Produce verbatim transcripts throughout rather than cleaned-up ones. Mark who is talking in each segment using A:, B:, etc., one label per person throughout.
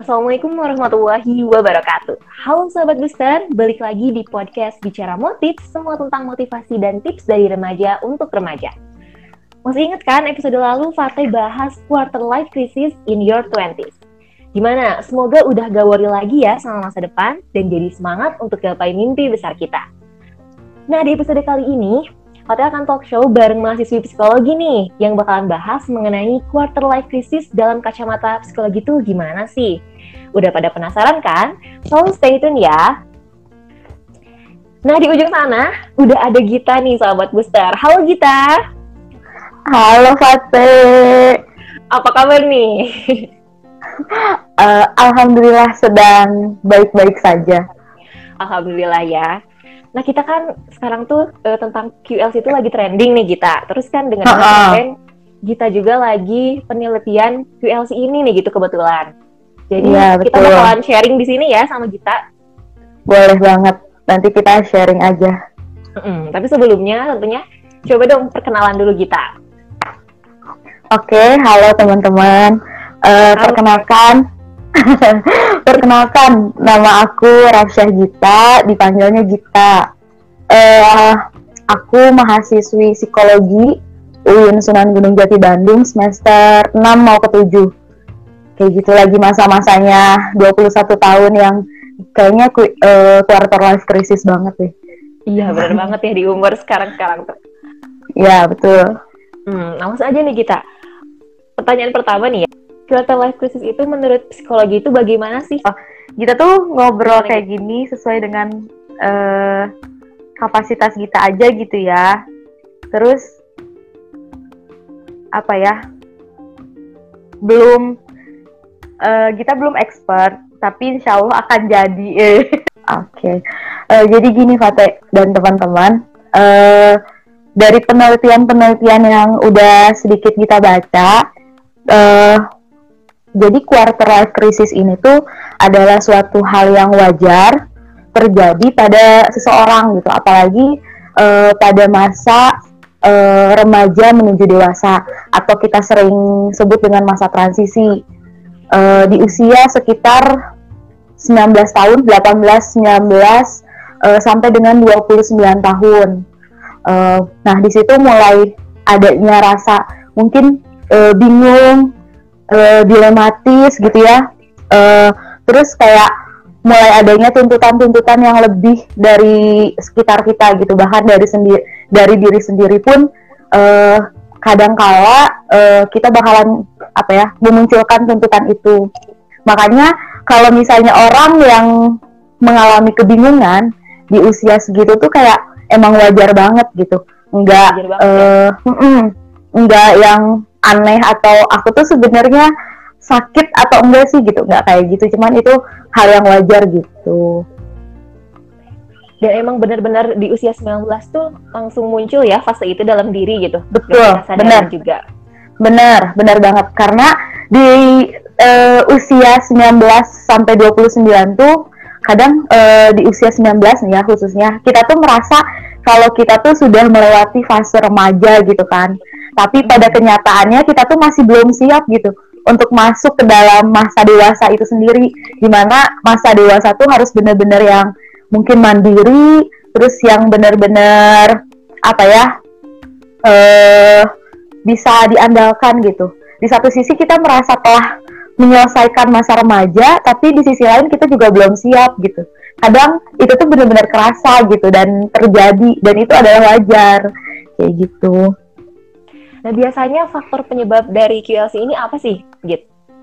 A: Assalamualaikum warahmatullahi wabarakatuh. Halo Sobat Booster, balik lagi di podcast Bicara Motif, semua tentang motivasi dan tips dari remaja untuk remaja. Masih ingat kan episode lalu Fatih bahas quarter life crisis in your twenties. Gimana? Semoga udah gak worry lagi ya sama masa depan dan jadi semangat untuk gapai mimpi besar kita. Nah, di episode kali ini Fatih akan talk show bareng mahasiswi psikologi nih, yang bakalan bahas mengenai quarter life crisis dalam kacamata psikologi itu gimana sih? Udah pada penasaran kan? So stay tune ya! Nah, di ujung sana udah ada Gita nih, Sahabat Booster. Halo Gita!
B: Halo Fatih!
A: Apa kabar nih?
B: uh, Alhamdulillah sedang baik-baik saja.
A: Alhamdulillah ya. Nah, kita kan sekarang tuh uh, tentang Q L C itu lagi trending nih, Gita. Terus kan dengan kemarin Gita juga lagi penelitian Q L C ini nih gitu kebetulan. Jadi ya, kita bakalan sharing di sini ya sama Gita.
B: Boleh banget. Nanti kita sharing aja.
A: Mm-mm. Tapi sebelumnya tentunya coba dong perkenalan dulu Gita.
B: Oke, halo teman-teman. Uh, halo. Perkenalkan. Perkenalkan, nama aku Rafsyah Gita, dipanggilnya Gita. Uh, aku mahasiswi psikologi U I N Sunan Gunung Jati Bandung semester enam mau ke tujuh. Kayak gitu lagi masa-masanya dua puluh satu tahun yang kayaknya uh, quarter life crisis banget deh.
A: Iya, benar banget ya di umur sekarang-sekarang tuh.
B: Iya, betul.
A: Hmm, langsung aja nih Gita. Pertanyaan pertama nih ya. Quarter life crisis itu menurut psikologi itu bagaimana sih?
B: Oh, kita tuh ngobrol kayak gini sesuai dengan uh, kapasitas kita aja gitu ya. Terus apa ya? Belum uh, kita belum expert, tapi insya Allah akan jadi. Oke, okay. uh, jadi gini Fatih dan teman-teman. Uh, dari penelitian-penelitian yang udah sedikit kita baca. Uh, Jadi quarter life crisis ini tuh adalah suatu hal yang wajar terjadi pada seseorang gitu, apalagi uh, pada masa uh, remaja menuju dewasa atau kita sering sebut dengan masa transisi uh, di usia sekitar sembilan belas tahun, delapan belas, sembilan belas uh, sampai dengan dua puluh sembilan tahun. Uh, nah di situ mulai adanya rasa mungkin uh, bingung. Uh, dilematis gitu ya, uh, terus kayak mulai adanya tuntutan-tuntutan yang lebih dari sekitar kita gitu, bahkan dari sendiri dari diri sendiri pun uh, kadangkala uh, kita bakalan apa ya memunculkan tuntutan itu. Makanya kalau misalnya orang yang mengalami kebingungan di usia segitu tuh kayak emang wajar banget gitu, enggak uh, ya? enggak yang aneh atau aku tuh sebenarnya sakit atau enggak sih gitu, enggak kayak gitu, cuman itu hal yang wajar gitu.
A: Dan emang benar-benar di usia sembilan belas tuh langsung muncul ya fase itu dalam diri gitu.
B: Betul, benar juga. Benar, benar banget karena di uh, usia sembilan belas sampai dua puluh sembilan tuh kadang uh, di usia sembilan belas nih ya khususnya kita tuh merasa kalau kita tuh sudah melewati fase remaja gitu kan. Tapi pada kenyataannya kita tuh masih belum siap gitu untuk masuk ke dalam masa dewasa itu sendiri, dimana masa dewasa tuh harus benar-benar yang mungkin mandiri, terus yang benar-benar apa ya uh, bisa diandalkan gitu. Di satu sisi kita merasa telah menyelesaikan masa remaja, tapi di sisi lain kita juga belum siap gitu. Kadang itu tuh benar-benar kerasa gitu dan terjadi, dan itu adalah wajar kayak gitu.
A: Nah, biasanya faktor penyebab dari Q L C ini apa sih, Git?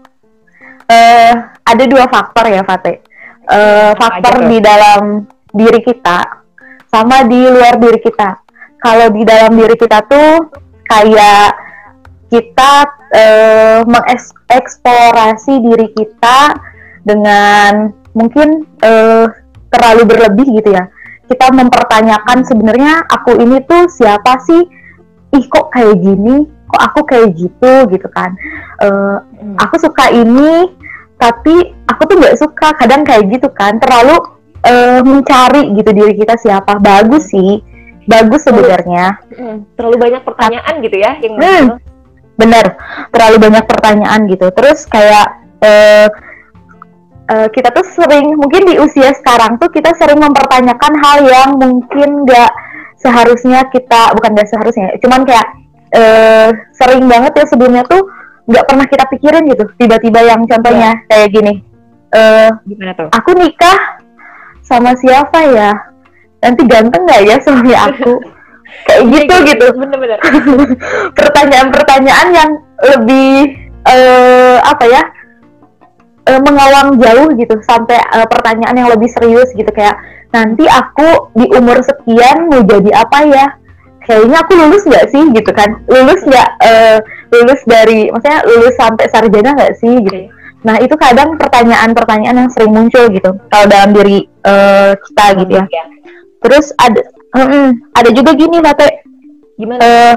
B: Uh, ada dua faktor ya, Fatih. Uh, faktor di dalam diri kita sama di luar diri kita. Kalau di dalam diri kita tuh kayak kita uh, mengeksplorasi diri kita dengan mungkin uh, terlalu berlebih gitu ya. Kita mempertanyakan sebenarnya aku ini tuh siapa sih? Ih kok kayak gini, kok aku kayak gitu gitu kan. Uh, hmm. Aku suka ini, tapi aku tuh nggak suka. Kadang kayak gitu kan, terlalu uh, mencari gitu diri kita siapa. Bagus sih, bagus sebenarnya.
A: Hmm. Terlalu banyak pertanyaan gitu ya yang
B: hmm. Bener, terlalu banyak pertanyaan gitu. Terus kayak uh, uh, kita tuh sering, mungkin di usia sekarang tuh kita sering mempertanyakan hal yang mungkin nggak seharusnya kita, bukan nggak seharusnya, cuman kayak uh, sering banget ya sebelumnya tuh nggak pernah kita pikirin gitu. Tiba-tiba yang contohnya ya. Kayak gini, uh,
A: gimana tuh?
B: Aku nikah sama siapa ya? Nanti ganteng nggak ya suami aku? Kayak gitu gitu.
A: Bener-bener.
B: Pertanyaan-pertanyaan yang lebih uh, apa ya? Uh, mengawang jauh gitu, sampai uh, pertanyaan yang lebih serius gitu, kayak nanti aku di umur sekian mau jadi apa ya? Kayaknya aku lulus nggak sih gitu kan? Lulus nggak? Uh, lulus dari, maksudnya lulus sampai sarjana nggak sih gitu? Nah itu kadang pertanyaan-pertanyaan yang sering muncul gitu kalau dalam diri uh, kita oh, gitu ya. ya. Terus ada, uh, ada juga gini Mate.
A: Gimana?
B: Uh,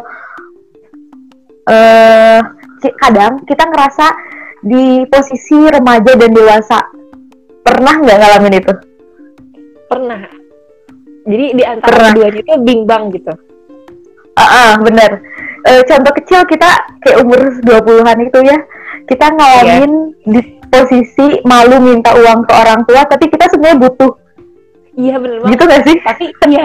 B: uh, kadang kita ngerasa di posisi remaja dan dewasa. Pernah nggak ngalamin itu?
A: Pernah. Jadi di antara keduanya itu bimbang gitu.
B: Ah, uh-uh, bener. Uh, contoh kecil kita kayak umur dua puluhan itu ya. Kita ngalamin yeah. di posisi malu minta uang ke orang tua, tapi kita sebenarnya butuh.
A: Iya bener banget.
B: Gitu gak sih?
A: Tapi iya.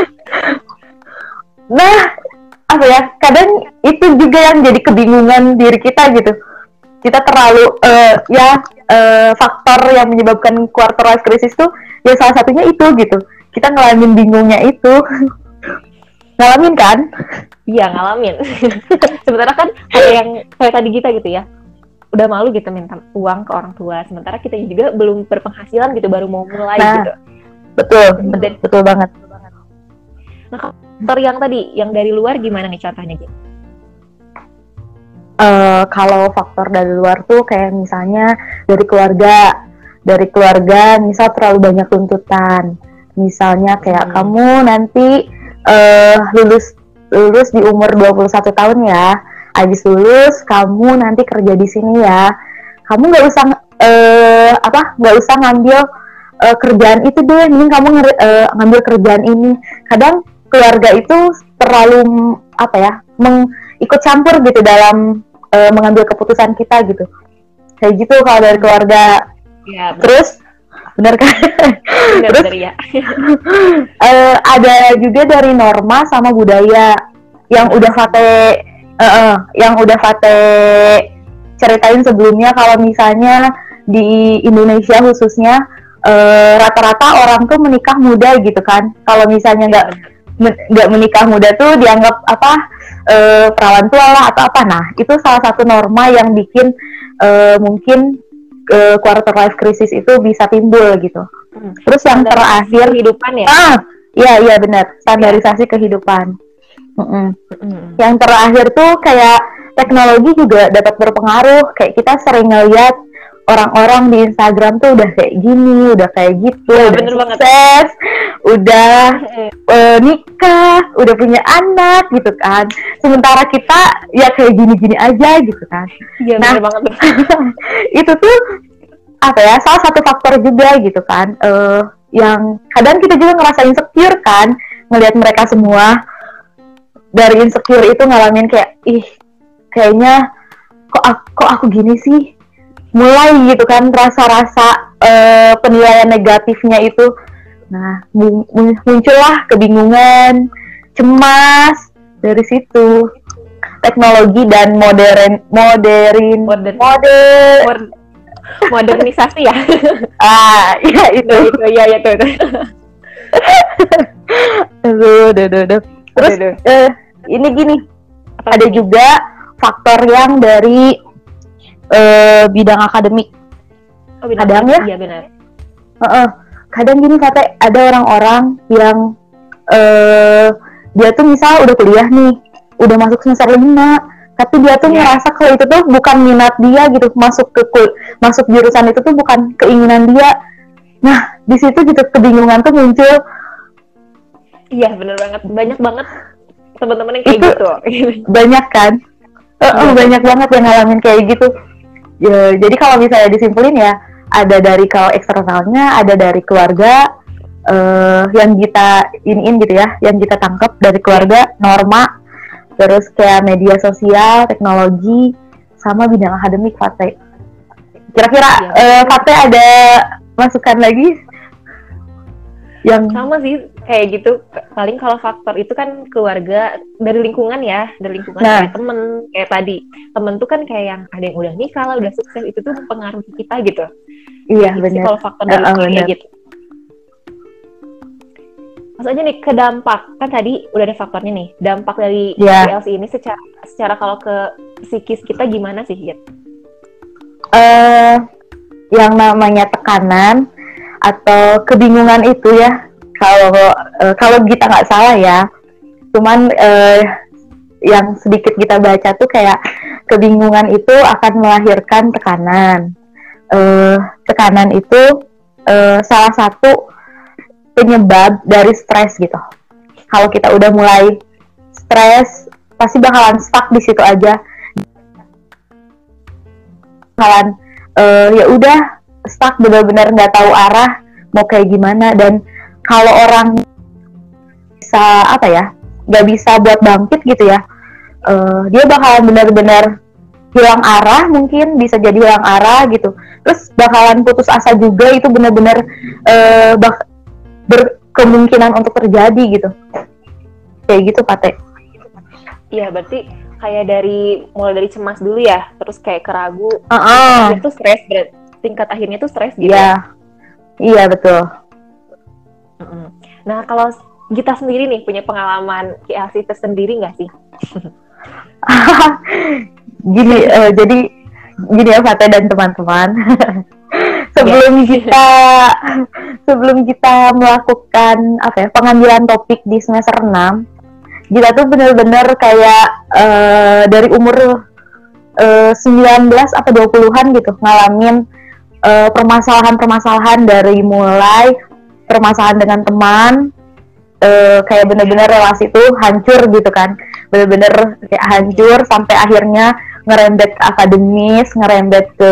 B: Nah, apa ya? Kadang itu juga yang jadi kebingungan diri kita gitu. Kita terlalu uh, ya uh, faktor yang menyebabkan quarter life crisis tuh ya salah satunya itu gitu. Kita ngalamin bingungnya itu. Ngalamin kan?
A: Iya ngalamin. Sementara kan kayak yang kayak tadi kita gitu ya, udah malu gitu minta uang ke orang tua. Sementara kita juga belum berpenghasilan gitu, baru mau mulai nah, gitu.
B: Betul, betul, betul banget.
A: Nah faktor yang tadi, yang dari luar gimana nih contohnya gitu?
B: Uh, kalau faktor dari luar tuh kayak misalnya dari keluarga, dari keluarga misal terlalu banyak tuntutan. Misalnya kayak hmm. kamu nanti uh, lulus lulus di umur dua puluh satu tahun ya. Habis lulus kamu nanti kerja di sini ya. Kamu nggak usah uh, apa? nggak usah ngambil uh, kerjaan itu deh. Mending kamu ng- uh, ngambil kerjaan ini. Kadang keluarga itu terlalu apa ya? Meng- ikut campur gitu dalam uh, mengambil keputusan kita gitu. Kayak gitu kalau dari keluarga.
A: Ya,
B: terus benar kan? Benar, terus ya. uh, ada juga dari norma sama budaya yang udah Fate uh, uh, yang udah Fate ceritain sebelumnya. Kalau misalnya di Indonesia khususnya uh, rata-rata orang tuh menikah muda gitu kan. Kalau misalnya nggak nggak menikah muda tuh dianggap apa uh, perawan tua lah atau apa. Nah itu salah satu norma yang bikin uh, mungkin Uh, quarter life crisis itu bisa timbul gitu. Hmm. Terus yang terakhir
A: kehidupan ya?
B: Ah, iya iya benar. Standarisasi ya. Kehidupan. Mm-mm. Mm-mm. Yang terakhir tuh kayak teknologi juga dapat berpengaruh. Kayak kita sering ngeliat orang-orang di Instagram tuh udah kayak gini, udah kayak gitu, ya, udah sukses, banget. udah uh, nikah, udah punya anak gitu kan. Sementara kita ya kayak gini-gini aja gitu kan.
A: Iya
B: nah,
A: bener banget.
B: itu tuh apa ya? Salah satu faktor juga gitu kan. Uh, yang kadang kita juga ngerasa insecure kan, ngelihat mereka semua. Dari insecure itu ngalamin kayak ih, kayaknya kok aku, kok aku gini sih? Mulai gitu kan rasa-rasa uh, penilaian negatifnya itu. Nah, muncullah kebingungan, cemas dari situ. Teknologi dan modern modern
A: modern
B: modern
A: Mod- modernisasi ya.
B: Ah, iya itu
A: itu ya ya itu.
B: Aduh, aduh, aduh. Terus aduh, aduh. Uh, ini gini. Apa ada ini? Juga faktor yang dari Uh, bidang akademik.
A: Oh, bidang
B: kadang
A: akademik,
B: ya,
A: iya benar.
B: Uh-uh. Kadang gini kata ada orang-orang yang uh, dia tuh misal udah kuliah nih, udah masuk semester lima, tapi dia tuh yeah. ngerasa kalau itu tuh bukan minat dia gitu, masuk ke kul- masuk jurusan itu tuh bukan keinginan dia. Nah, di situ gitu kebingungan tuh muncul.
A: Iya, benar banget. Banyak banget teman-teman yang kayak
B: itu
A: gitu.
B: Banyak kan? Uh, yeah. Banyak banget yang ngalamin kayak gitu. Ya, jadi kalau misalnya disimpulin ya, ada dari kalau eksternalnya, ada dari keluarga uh, yang kita iniin gitu ya, yang kita tangkap dari keluarga, norma, terus kayak media sosial, teknologi, sama bidang akademik, Fate. Kira-kira
A: Iya.
B: eh, Fate ada masukan lagi yang
A: Sama sih kayak gitu. Paling kalau faktor itu kan keluarga, dari lingkungan ya, dari lingkungan
B: Nah.
A: kayak temen, kayak tadi temen tuh kan kayak yang ada yang udah nikah lah, udah sukses, itu tuh mempengaruhi kita gitu.
B: iya
A: Gitu sih
B: benar.
A: kalau faktor dari
B: Uh, uh,
A: keluarga
B: benar.
A: gitu. Maksud aja nih ke dampak, kan tadi udah ada faktornya nih, dampak dari
B: Iya.
A: P L C ini secara secara kalau ke psikis kita gimana sih, Git?
B: eh yang namanya tekanan atau kebingungan itu ya, kalau eh, kalau kita nggak salah ya, cuman eh, yang sedikit kita baca tuh kayak kebingungan itu akan melahirkan tekanan. Eh, tekanan itu eh, salah satu penyebab dari stres gitu. Kalau kita udah mulai stres, pasti bakalan stuck di situ aja. Bakalan uh, ya udah stuck, benar-benar nggak tahu arah mau kayak gimana. Dan kalau orang bisa apa ya, nggak bisa buat bangkit gitu ya, uh, dia bakalan benar-benar hilang arah, mungkin bisa jadi hilang arah gitu. Terus bakalan putus asa juga, itu benar-benar uh, bak- berkemungkinan untuk terjadi gitu. Kayak gitu, Pate.
A: Iya, berarti kayak dari mulai dari cemas dulu ya, terus kayak keragu,
B: Uh-uh.
A: itu stres, berarti tingkat akhirnya tuh stres gitu.
B: Iya, iya betul.
A: Mm-mm. Nah, kalau kita sendiri nih punya pengalaman P L C tersendiri nggak sih?
B: Gini, uh, jadi gini ya Fate dan teman-teman. sebelum kita sebelum kita melakukan apa ya, pengambilan topik di semester enam, kita tuh benar-benar kayak uh, dari umur uh, sembilan belas atau dua puluhan gitu ngalamin uh, permasalahan-permasalahan, dari mulai permasalahan dengan teman, uh, kayak benar-benar relasi tuh hancur gitu kan, benar-benar kayak hancur sampai akhirnya ngerembet ke akademis, ngerembet ke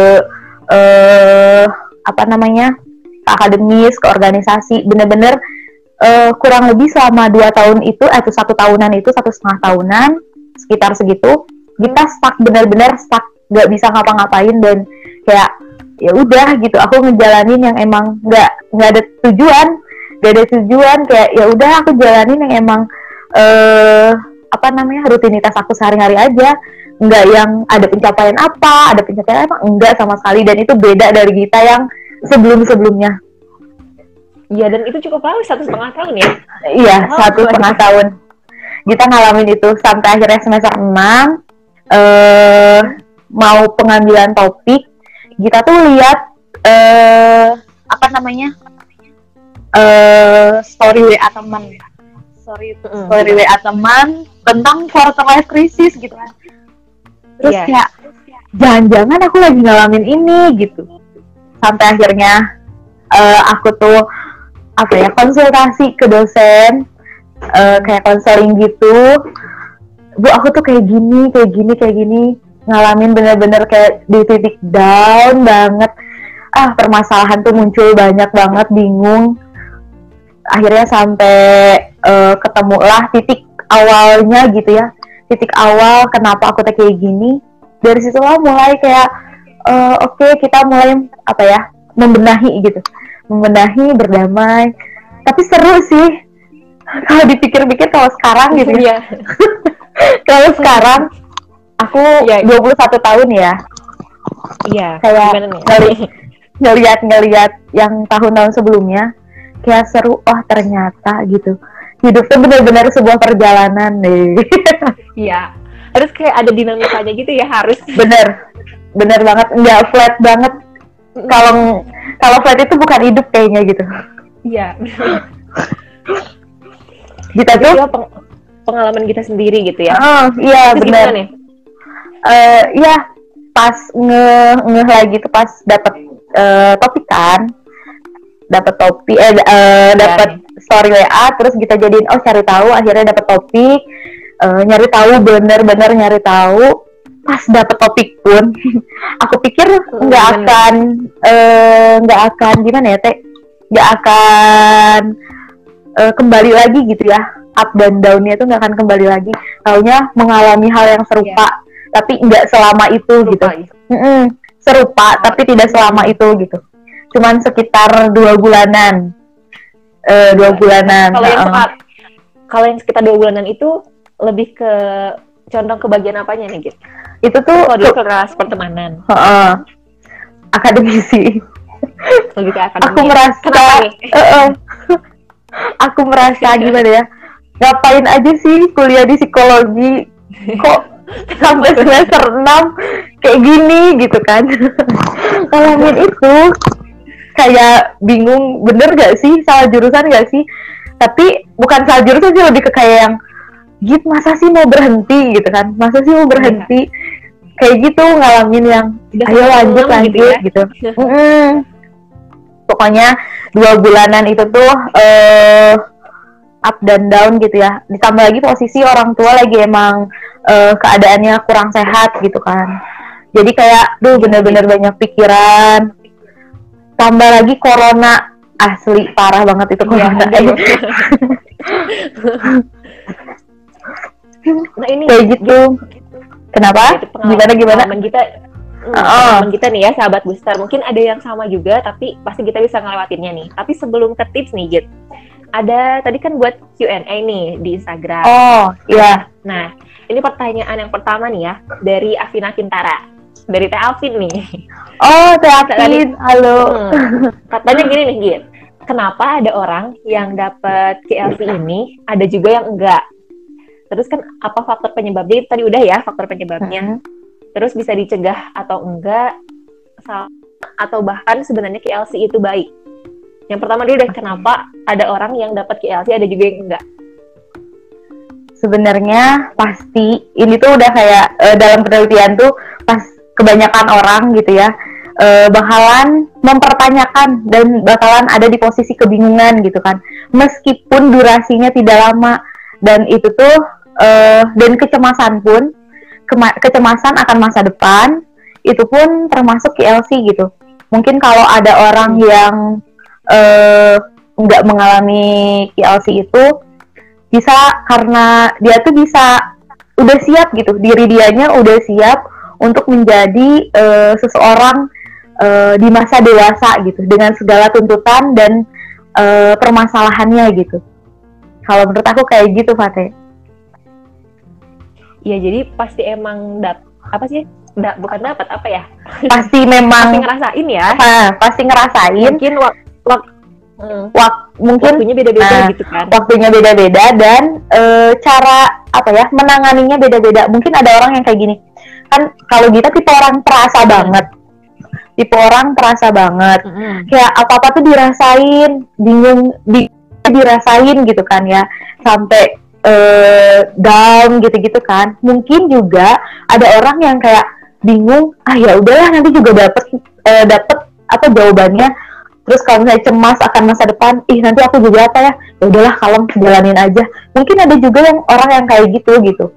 B: uh, apa namanya, ke akademis, ke organisasi, bener-bener uh, kurang lebih selama dua tahun itu, atau satu tahunan itu, satu setengah tahunan, sekitar segitu, kita stuck, bener-bener stuck, nggak bisa ngapa-ngapain, dan kayak ya udah gitu, aku ngejalanin yang emang nggak nggak ada tujuan, nggak ada tujuan, kayak ya udah aku jalanin yang emang uh, apa namanya, rutinitas aku sehari-hari aja. Enggak yang ada pencapaian apa, ada pencapaian apa, enggak sama sekali. Dan itu beda dari kita yang sebelum-sebelumnya.
A: Iya, dan itu cukup lama, satu setengah tahun ya?
B: Iya,
A: Oh,
B: satu setengah tahun. Kita ngalamin itu sampai akhirnya semester enam, eh, mau pengambilan topik, kita tuh lihat eh, apa namanya, eh, story W A teman, story, story W A teman tentang quarter life crisis gitu kan. Terus yeah. kayak jangan-jangan aku lagi ngalamin ini gitu. Sampai akhirnya uh, aku tuh apa ya, konsultasi ke dosen, uh, kayak konseling gitu. Bu, aku tuh kayak gini, kayak gini, kayak gini, ngalamin bener-bener kayak di titik down banget. Ah, permasalahan tuh muncul banyak banget, bingung. Akhirnya sampai uh, ketemulah titik awalnya gitu ya. Titik awal kenapa aku kayak gini. Dari situlah mulai kayak uh, oke okay, kita mulai apa ya, membenahi gitu, membenahi, berdamai. Tapi seru sih kalau dipikir-pikir, kalau sekarang gitu ya. Kalau sekarang aku ya, dua puluh satu tahun ya.
A: Iya.
B: Kayak ngeli- ngeliat-ngeliat yang tahun-tahun sebelumnya, kayak seru. Oh ternyata gitu, hidup tuh benar-benar sebuah perjalanan deh.
A: Iya, harus kayak ada dinamikanya gitu ya, harus.
B: Bener, bener banget, nggak flat banget. Kalau kalau flat itu bukan hidup kayaknya gitu.
A: Iya.
B: Kita tuh
A: peng- pengalaman kita sendiri gitu ya.
B: Oh iya bener. Uh, iya pas nge nge lagi tuh pas dapet uh, topik kan, dapet topik, eh uh, dapet ya, story W A, terus kita jadiin oh cari tahu, akhirnya dapet topik. Uh, nyari tahu, bener-bener nyari tahu. Pas dapet topik pun aku pikir nggak uh, akan nggak uh, akan gimana ya teh nggak akan uh, kembali lagi gitu ya, up dan downnya tuh nggak akan kembali lagi, taunya mengalami hal yang serupa, yeah. Tapi nggak selama itu serupa, gitu ya. serupa tapi tidak selama itu gitu. Cuman sekitar dua bulanan. Eh, dua bulanan.
A: Kalau yang
B: uh,
A: sekat, kalau yang sekitar dua bulanan itu lebih ke condong ke bagian apanya nih, gitu?
B: Itu tuh
A: kalau di kelas pertemanan.
B: Uh, akademisi.
A: Lebih ke akademisi.
B: Aku merasa,
A: kenapa nih?
B: Uh, uh, aku merasa gimana ya? Ngapain aja sih kuliah di psikologi? Kok sampai semester enam kayak gini gitu kan? Ngalamin itu kayak bingung, bener gak sih? Salah jurusan gak sih? Tapi bukan salah jurusan sih, lebih ke kayak yang gitu, masa sih mau berhenti gitu kan? Masa sih mau berhenti? Ya. Kayak gitu ngalamin yang udah ayo lanjut lanjut gitu, ya? gitu. Mm-hmm. Pokoknya dua bulanan itu tuh uh, up dan down gitu ya. Ditambah lagi posisi orang tua lagi emang uh, keadaannya kurang sehat gitu kan. Jadi kayak duh bener-bener banyak pikiran. Tambah lagi corona, asli parah banget itu corona. Ya, nah ini kayak gitu. Kenapa? Gimana gimana?
A: Pengalaman kita, hmm, oh. pengalaman kita nih ya, sahabat booster. Mungkin ada yang sama juga, tapi pasti kita bisa ngelewatinnya nih. Tapi sebelum ke tips nih, Git, ada tadi kan buat Q and A nih di Instagram.
B: Oh, iya.
A: Nah, ini pertanyaan yang pertama nih ya, dari Afina Kintara, dari Teh Alvin nih.
B: Oh, Teh Alvin, halo.
A: Hmm, katanya gini nih, Git, kenapa ada orang yang dapat K L C ini, ada juga yang enggak? Terus kan apa faktor penyebabnya? Itu tadi udah ya faktor penyebabnya. Hmm. Terus bisa dicegah atau enggak? Atau bahkan sebenarnya K L C itu baik? Yang pertama dulu deh, kenapa ada orang yang dapat K L C, ada juga yang enggak?
B: Sebenarnya pasti ini tuh udah kayak uh, dalam penelitian tuh pas kebanyakan orang gitu ya uh, bakalan mempertanyakan dan bakalan ada di posisi kebingungan gitu kan. Meskipun durasinya tidak lama. Dan itu tuh uh, dan kecemasan pun kema- kecemasan akan masa depan itu pun termasuk K L C gitu. Mungkin kalau ada orang yang uh, nggak mengalami K L C itu bisa karena dia tuh bisa udah siap gitu, diri dianya udah siap untuk menjadi uh, seseorang uh, di masa dewasa gitu dengan segala tuntutan dan uh, permasalahannya gitu. Kalau menurut aku kayak gitu, Fateh.
A: Iya, jadi pasti emang dap apa sih? Da, bukan dapat apa ya?
B: Pasti memang
A: pasti ngerasain ya.
B: Uh, pasti ngerasain.
A: Mungkin wak, wak,
B: hmm. wak mungkin
A: waktunya beda-beda uh, gitu kan.
B: Waktunya beda-beda dan uh, cara apa ya? Menanganinya beda-beda. Mungkin ada orang yang kayak gini. Kan kalau kita tipe orang perasa hmm. banget. Tipe orang perasa banget. Hmm. Kayak apa-apa tuh dirasain, bingung di dirasain gitu kan ya, sampai uh, down gitu-gitu kan. Mungkin juga ada orang yang kayak bingung, ah ya udahlah nanti juga dapet uh, dapet apa jawabannya. Terus kalau misalnya cemas akan masa depan, ih nanti aku juga apa ya, ya udahlah kalem jalanin aja. Mungkin ada juga yang orang yang kayak gitu gitu.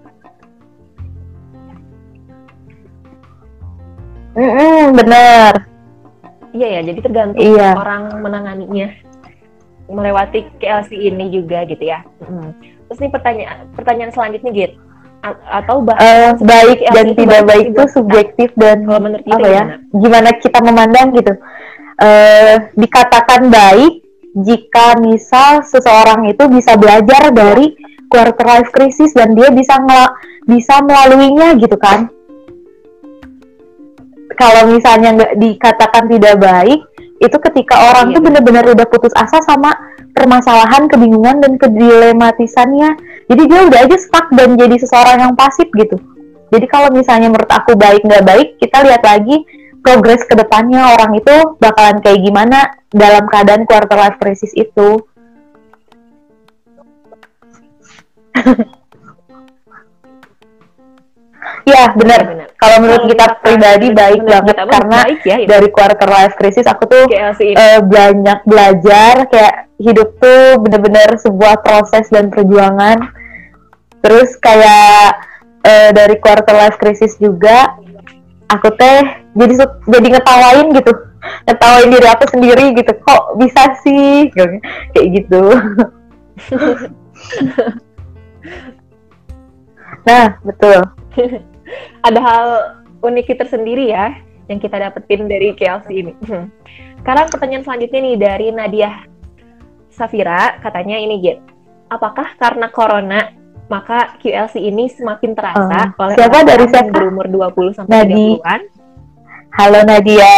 B: Mm-mm, bener.
A: Iya ya, jadi tergantung iya. orang menanganinya melewati K L C ini juga gitu ya. Hmm. Terus nih pertanyaan pertanyaan selanjutnya Git, A- atau bahkan
B: uh, baik dan tidak baik itu subjektif dan
A: kalau menurut
B: apa
A: kita
B: ya? Gimana kita memandang gitu. Uh, dikatakan baik jika misal seseorang itu bisa belajar dari quarter life crisis dan dia bisa ngel- bisa melaluinya gitu kan. Kalau misalnya nggak dikatakan tidak baik, itu ketika orang iya, tuh benar-benar udah putus asa sama permasalahan, kebingungan, dan kedilematisannya. Jadi dia udah aja stuck dan jadi seseorang yang pasif gitu. Jadi kalau misalnya menurut aku baik nggak baik, kita lihat lagi progres ke depannya orang itu bakalan kayak gimana dalam keadaan quarter life crisis itu. Ya benar. Kalau menurut kita pribadi baik banget karena baik ya, dari quarter life crisis aku tuh uh, banyak belajar kayak hidup tuh benar-benar sebuah proses dan perjuangan. Terus kayak uh, dari quarter life crisis juga aku teh jadi jadi ngetawain gitu, ngetawain diri aku sendiri gitu. Kok bisa sih kayak gitu. Nah betul.
A: Ada hal unik tersendiri ya yang kita dapetin dari Q L C ini. Sekarang pertanyaan selanjutnya nih dari Nadia Safira, katanya ini Git. Apakah karena corona maka Q L C ini semakin terasa uh, oleh
B: siapa
A: orang
B: dari
A: yang
B: siapa?
A: berumur dua puluh sampai tiga puluhan?
B: Halo Nadia.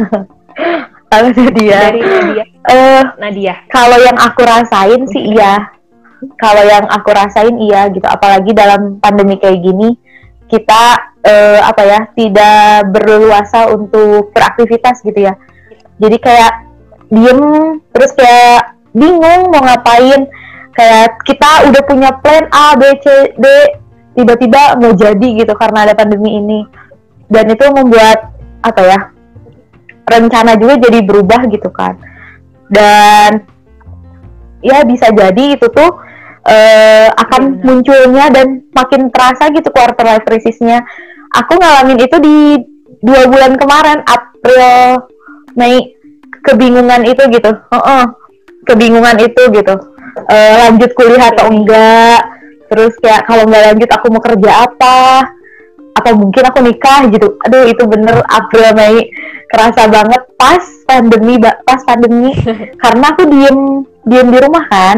B: Halo Nadia.
A: Dari Nadia.
B: Uh,
A: Nadia.
B: Kalau yang aku rasain sih iya. Kalau yang aku rasain iya gitu. Apalagi dalam pandemi kayak gini, kita uh, apa ya tidak berleluasa untuk beraktivitas gitu ya. Jadi kayak diem, terus kayak bingung mau ngapain. Kayak kita udah punya plan A, B, C, D, tiba-tiba mau jadi gitu karena ada pandemi ini. Dan itu membuat apa ya, rencana juga jadi berubah gitu kan. Dan ya bisa jadi itu tuh uh, akan ya, munculnya dan makin terasa gitu quarter life crisis-nya. Aku ngalamin itu di dua bulan kemarin, April, Mei, kebingungan itu gitu. Uh-uh, kebingungan itu gitu. Uh, lanjut kuliah atau enggak, terus kayak kalau nggak lanjut aku mau kerja apa, apa mungkin aku nikah gitu. Aduh itu bener April Mei kerasa banget pas pandemi, pas pandemi karena aku diem diem di rumah kan,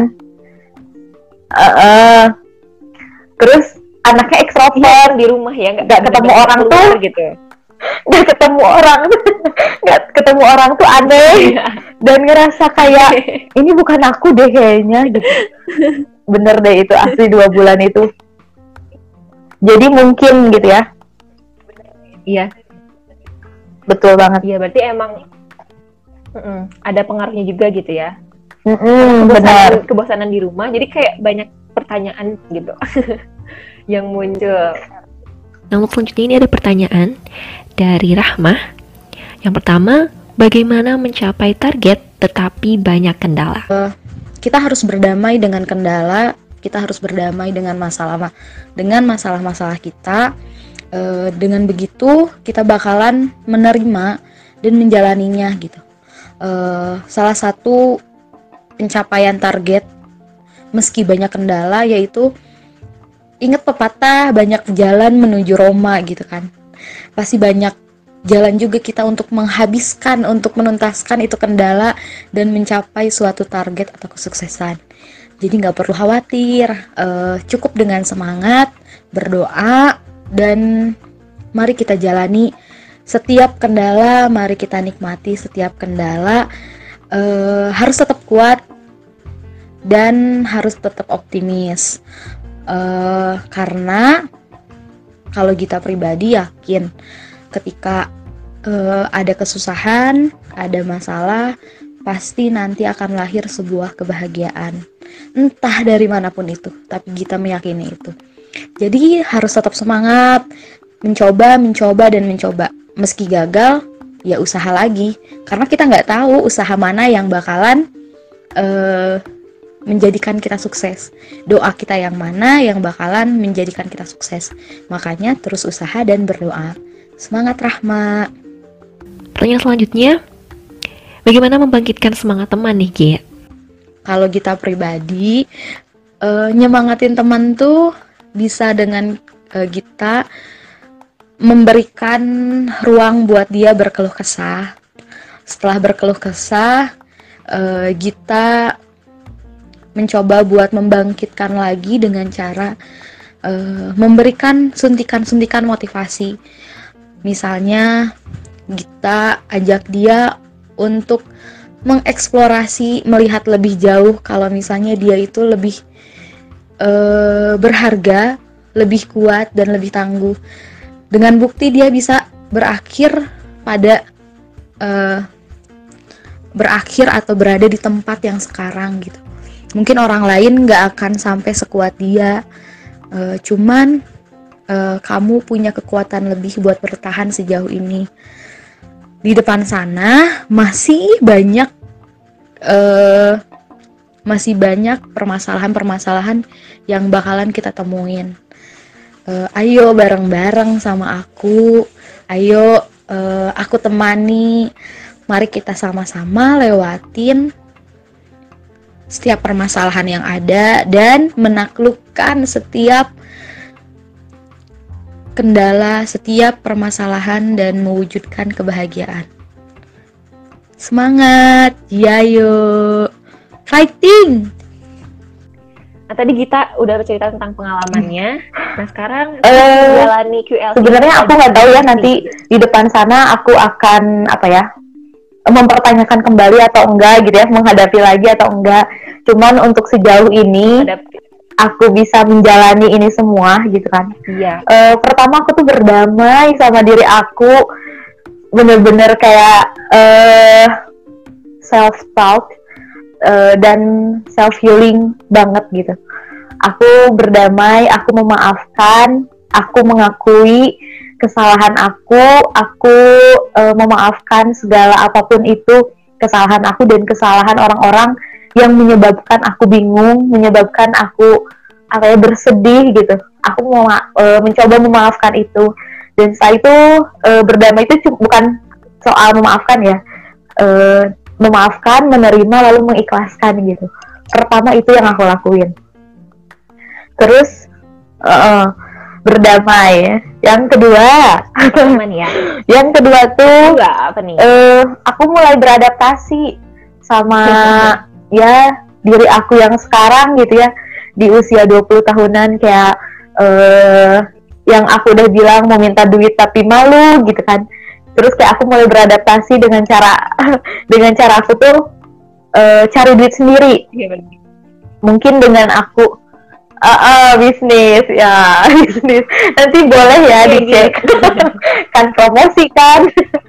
B: uh, uh, terus anaknya ekstrovert
A: di rumah ya,
B: nggak ketemu orang tuh
A: gitu,
B: nggak ketemu orang nggak ketemu orang tuh aneh dan ngerasa kayak ini bukan aku deh kayaknya gitu. Bener deh itu asli dua bulan itu. Jadi mungkin gitu ya.
A: Iya.
B: Betul banget.
A: Iya berarti emang mm-mm, ada pengaruhnya juga gitu ya.
B: Mm-mm,
A: kebosanan,
B: benar.
A: Kebosanan di rumah jadi kayak banyak pertanyaan gitu yang muncul.
C: Nah, untuk selanjutnya ini ada pertanyaan dari Rahmah. Yang pertama, bagaimana mencapai target tetapi banyak kendala?
D: Uh, kita harus berdamai dengan kendala, kita harus berdamai dengan masalah dengan masalah-masalah kita. Uh, dengan begitu kita bakalan menerima dan menjalaninya gitu. Uh, salah satu pencapaian target meski banyak kendala yaitu ingat pepatah banyak jalan menuju Roma gitu kan. Pasti banyak jalan juga kita untuk menghabiskan, untuk menuntaskan itu kendala dan mencapai suatu target atau kesuksesan. Jadi nggak perlu khawatir, uh, cukup dengan semangat, berdoa, dan mari kita jalani setiap kendala, mari kita nikmati setiap kendala, uh, harus tetap kuat dan harus tetap optimis. Uh, karena kalau kita pribadi yakin ketika uh, ada kesusahan, ada masalah, pasti nanti akan lahir sebuah kebahagiaan. Entah dari manapun itu, tapi kita meyakini itu. Jadi harus tetap semangat, mencoba, mencoba, dan mencoba. Meski gagal, ya usaha lagi. Karena kita nggak tahu usaha mana yang bakalan uh, menjadikan kita sukses. Doa kita yang mana yang bakalan menjadikan kita sukses. Makanya terus usaha dan berdoa. Semangat Rahma.
C: Pertanyaan selanjutnya, bagaimana membangkitkan semangat teman nih, Gia?
D: Kalau kita pribadi, uh, nyemangatin teman tuh bisa dengan uh, kita memberikan ruang buat dia berkeluh kesah. Setelah berkeluh kesah, uh, kita mencoba buat membangkitkan lagi dengan cara uh, memberikan suntikan-suntikan motivasi. Misalnya kita ajak dia untuk mengeksplorasi, melihat lebih jauh kalau misalnya dia itu lebih uh, berharga, lebih kuat dan lebih tangguh. Dengan bukti dia bisa berakhir pada uh, berakhir atau berada di tempat yang sekarang gitu. Mungkin orang lain gak akan sampai sekuat dia, uh, cuman uh, kamu punya kekuatan lebih buat bertahan sejauh ini. Di depan sana masih banyak uh, masih banyak permasalahan-permasalahan yang bakalan kita temuin. Uh, ayo bareng-bareng sama aku, ayo uh, aku temani, mari kita sama-sama lewatin setiap permasalahan yang ada dan menaklukkan setiap kendala setiap permasalahan dan mewujudkan kebahagiaan. Semangat, Yayo, fighting!
A: Nah, tadi Gita udah bercerita tentang pengalamannya. Nah, sekarang
B: Eh,
A: menjalani Q L C.
B: Sebenarnya aku nggak tahu ya nanti di depan sana aku akan apa ya mempertanyakan kembali atau enggak gitu ya, menghadapi lagi atau enggak. Cuman untuk sejauh ini
A: Ada,
B: aku bisa menjalani ini semua gitu kan.
A: iya.
B: Eh, pertama aku tuh berdamai sama diri aku, bener-bener kayak eh self talk dan self healing banget gitu. Aku berdamai, aku memaafkan, aku mengakui kesalahan aku, aku uh, memaafkan segala apapun itu kesalahan aku dan kesalahan orang-orang yang menyebabkan aku bingung, menyebabkan aku apa ya bersedih gitu. Aku mau uh, mencoba memaafkan itu, dan setelah itu uh, berdamai itu cu- bukan soal memaafkan ya, uh, memaafkan, menerima lalu mengikhlaskan gitu. Pertama itu yang aku lakuin. Terus uh, berdamai. Yang kedua,
A: Teman ya.
B: yang kedua tuh
A: Enggak, apa nih?
B: uh, aku mulai beradaptasi sama ya diri aku yang sekarang gitu ya, di usia dua puluh tahunan, kayak uh, yang aku udah bilang mau minta duit tapi malu gitu kan. Terus kayak aku mulai beradaptasi dengan cara dengan cara aku tuh uh, cari duit sendiri.
A: Iya, benar.
B: Mungkin dengan aku uh, uh, bisnis ya bisnis nanti boleh ya dicek kan promosi kan.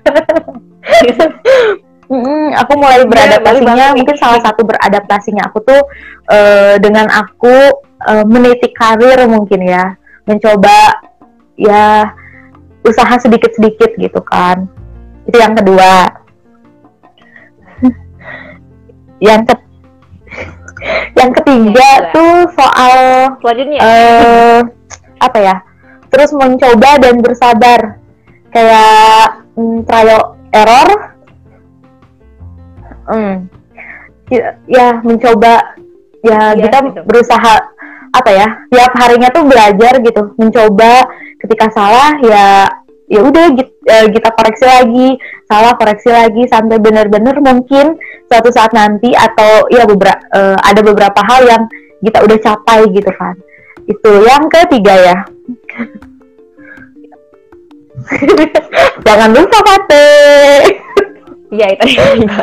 B: Mm, aku mulai beradaptasinya, mungkin salah satu beradaptasinya aku tuh uh, dengan aku uh, meniti karir mungkin ya, mencoba ya usaha sedikit-sedikit gitu kan. Itu yang kedua. yang ke yang ketiga
A: Ya,
B: tuh soal
A: Selanjutnya.
B: uh, apa ya, terus mencoba dan bersabar, kayak mm, trial error. Hmm. Ya mencoba ya,
A: Iya,
B: kita
A: gitu.
B: berusaha apa ya, tiap harinya tuh belajar gitu, mencoba. Ketika salah ya ya udah gitu, kita koreksi lagi, salah koreksi lagi sampai benar-benar mungkin suatu saat nanti, atau ya beberapa uh, ada beberapa hal yang kita udah capai gitu kan. Itu yang ketiga ya. Jangan lupa Fate.
A: Iya, itu juga.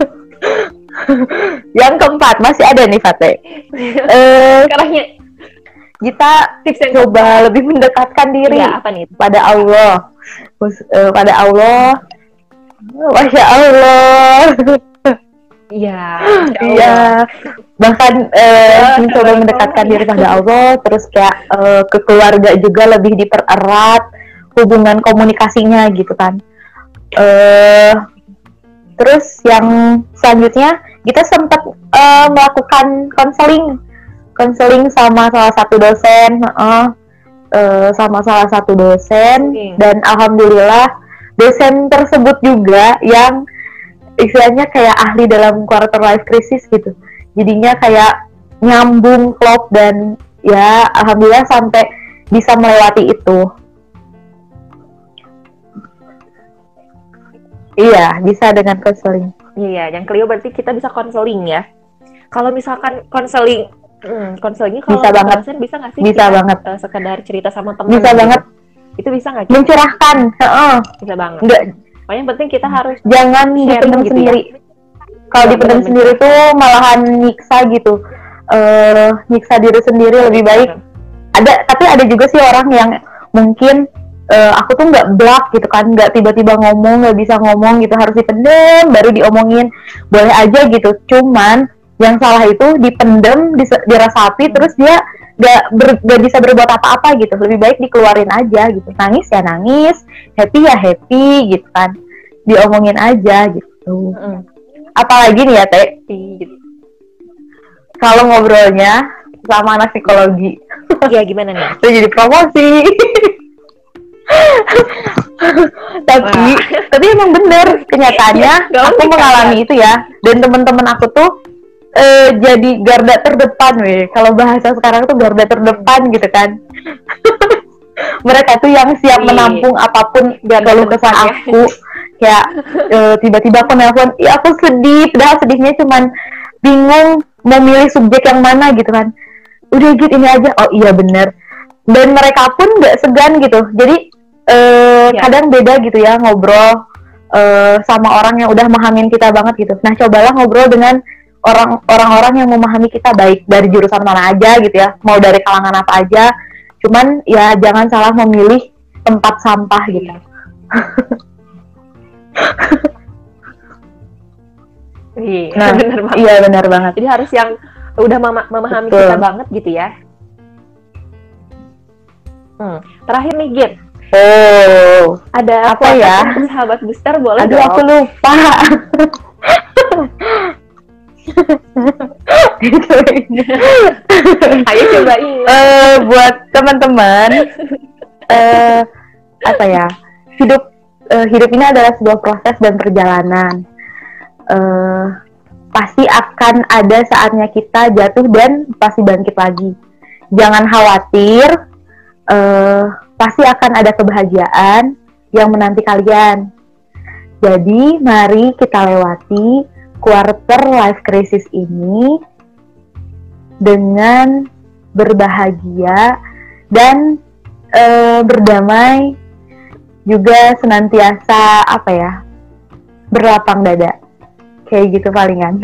B: Yang keempat masih ada nih Fate. Eh,
A: Sekarangnya
B: kita
A: tips yang
B: coba lebih mendekatkan diri
A: Iya, apa nih?
B: pada Allah. Terus, eh, pada Allah. Masya Allah.
A: Iya.
B: Iya. Bahkan eh,
A: Ya,
B: mencoba
A: kalau
B: mendekatkan
A: Allah,
B: diri
A: ya.
B: pada Allah, terus kayak eh, ke keluarga juga lebih dipererat hubungan komunikasinya gitu kan. Eh, terus yang selanjutnya kita sempat eh, melakukan konseling, konseling sama salah satu dosen, uh, uh, sama salah satu dosen,
A: Oke.
B: dan alhamdulillah dosen tersebut juga yang istilahnya kayak ahli dalam quarter life crisis gitu. Jadinya kayak nyambung, klop, dan ya alhamdulillah sampai bisa melewati itu. Iya, bisa dengan konseling.
A: Iya, yang Clio berarti kita bisa konseling ya. Kalau misalkan konseling, hmm, konselingnya kalau
B: Bisa banget.
A: dosen bisa nggak sih?
B: Bisa
A: kita,
B: banget.
A: eh, sekedar cerita sama teman.
B: Bisa
A: gitu?
B: banget.
A: Itu bisa nggak? Ki?
B: Mencurahkan, heeh.
A: Bisa banget.
B: Enggak,
A: Pokoknya yang penting kita harus
B: jangan
A: sharing
B: dipendam
A: gitu
B: sendiri.
A: ya.
B: Kalau
A: Iya,
B: dipendam
A: benar-benar.
B: sendiri tuh malahan nyiksa gitu. Eh, nyiksa diri sendiri lebih baik. Ada, tapi ada juga sih orang yang mungkin eh, aku tuh nggak blak gitu kan, nggak tiba-tiba ngomong, nggak bisa ngomong gitu, harus dipendem baru diomongin. Boleh aja gitu. Cuman yang salah itu dipendem, dis- diresapi, terus dia nggak ber- nggak bisa berbuat apa-apa gitu. Lebih baik dikeluarin aja gitu. Nangis ya nangis, happy ya happy gitu kan. Diomongin aja gitu.
A: Mm-mm.
B: Apalagi nih ya Teh,
A: Gitu.
B: kalau ngobrolnya sama anak psikologi,
A: Iya, gimana nih?
B: itu jadi promosi. tapi tapi emang bener kenyataannya,
A: Gak
B: aku
A: mungkin
B: mengalami itu ya, dan teman-teman aku tuh eh, jadi garda terdepan weh. Kalau bahasa sekarang tuh garda terdepan gitu kan. Mereka tuh yang siap
A: Wih.
B: menampung apapun
A: Biar
B: keluh kesah
A: berdebat ya.
B: aku. Kayak eh, tiba-tiba aku nelpon, iya aku sedih, padahal sedihnya cuman bingung mau milih subjek yang mana gitu kan. Udah gitu ini aja, oh iya bener. Dan mereka pun gak segan gitu. Jadi eh,
A: Ya.
B: kadang beda gitu ya ngobrol eh, sama orang yang udah memahamin kita banget gitu. Nah cobalah ngobrol dengan orang orang-orang yang memahami kita, baik dari jurusan mana aja gitu ya, mau dari kalangan apa aja. Cuman ya jangan salah memilih tempat sampah gitu.
A: Iya,
B: Nah,
A: benar banget.
B: iya benar banget.
A: Jadi harus yang udah mema- memahami
B: Betul.
A: kita banget gitu ya. Hmm. Terakhir nih Git,
B: Oh,
A: ada
B: Apa ya?
A: quote untuk sahabat booster boleh
B: aduh
A: dong?
B: aku lupa. Itu ini.
A: Ayo coba ingat.
B: Eh, buat teman-teman, eh, apa ya? Hidup eh, hidup ini adalah sebuah proses dan perjalanan. Eh, pasti akan ada saatnya kita jatuh dan pasti bangkit lagi. Jangan khawatir, eh, pasti akan ada kebahagiaan yang menanti kalian. Jadi mari kita lewati quarter life crisis ini dengan berbahagia dan eh, berdamai, juga senantiasa apa ya, berlapang dada, kayak gitu palingan.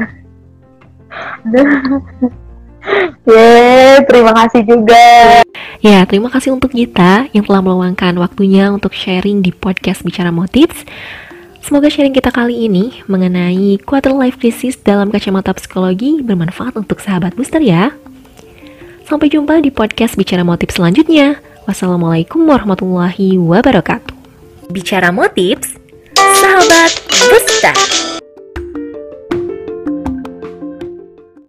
B: Yeay, terima kasih juga.
C: Ya, terima kasih untuk Gita yang telah meluangkan waktunya untuk sharing di podcast Bicara Motives. Semoga sharing kita kali ini mengenai quarter life crisis dalam kacamata psikologi bermanfaat untuk sahabat booster ya. Sampai jumpa di podcast Bicara Motives selanjutnya. Wassalamualaikum warahmatullahi wabarakatuh. Bicara Motives, sahabat booster.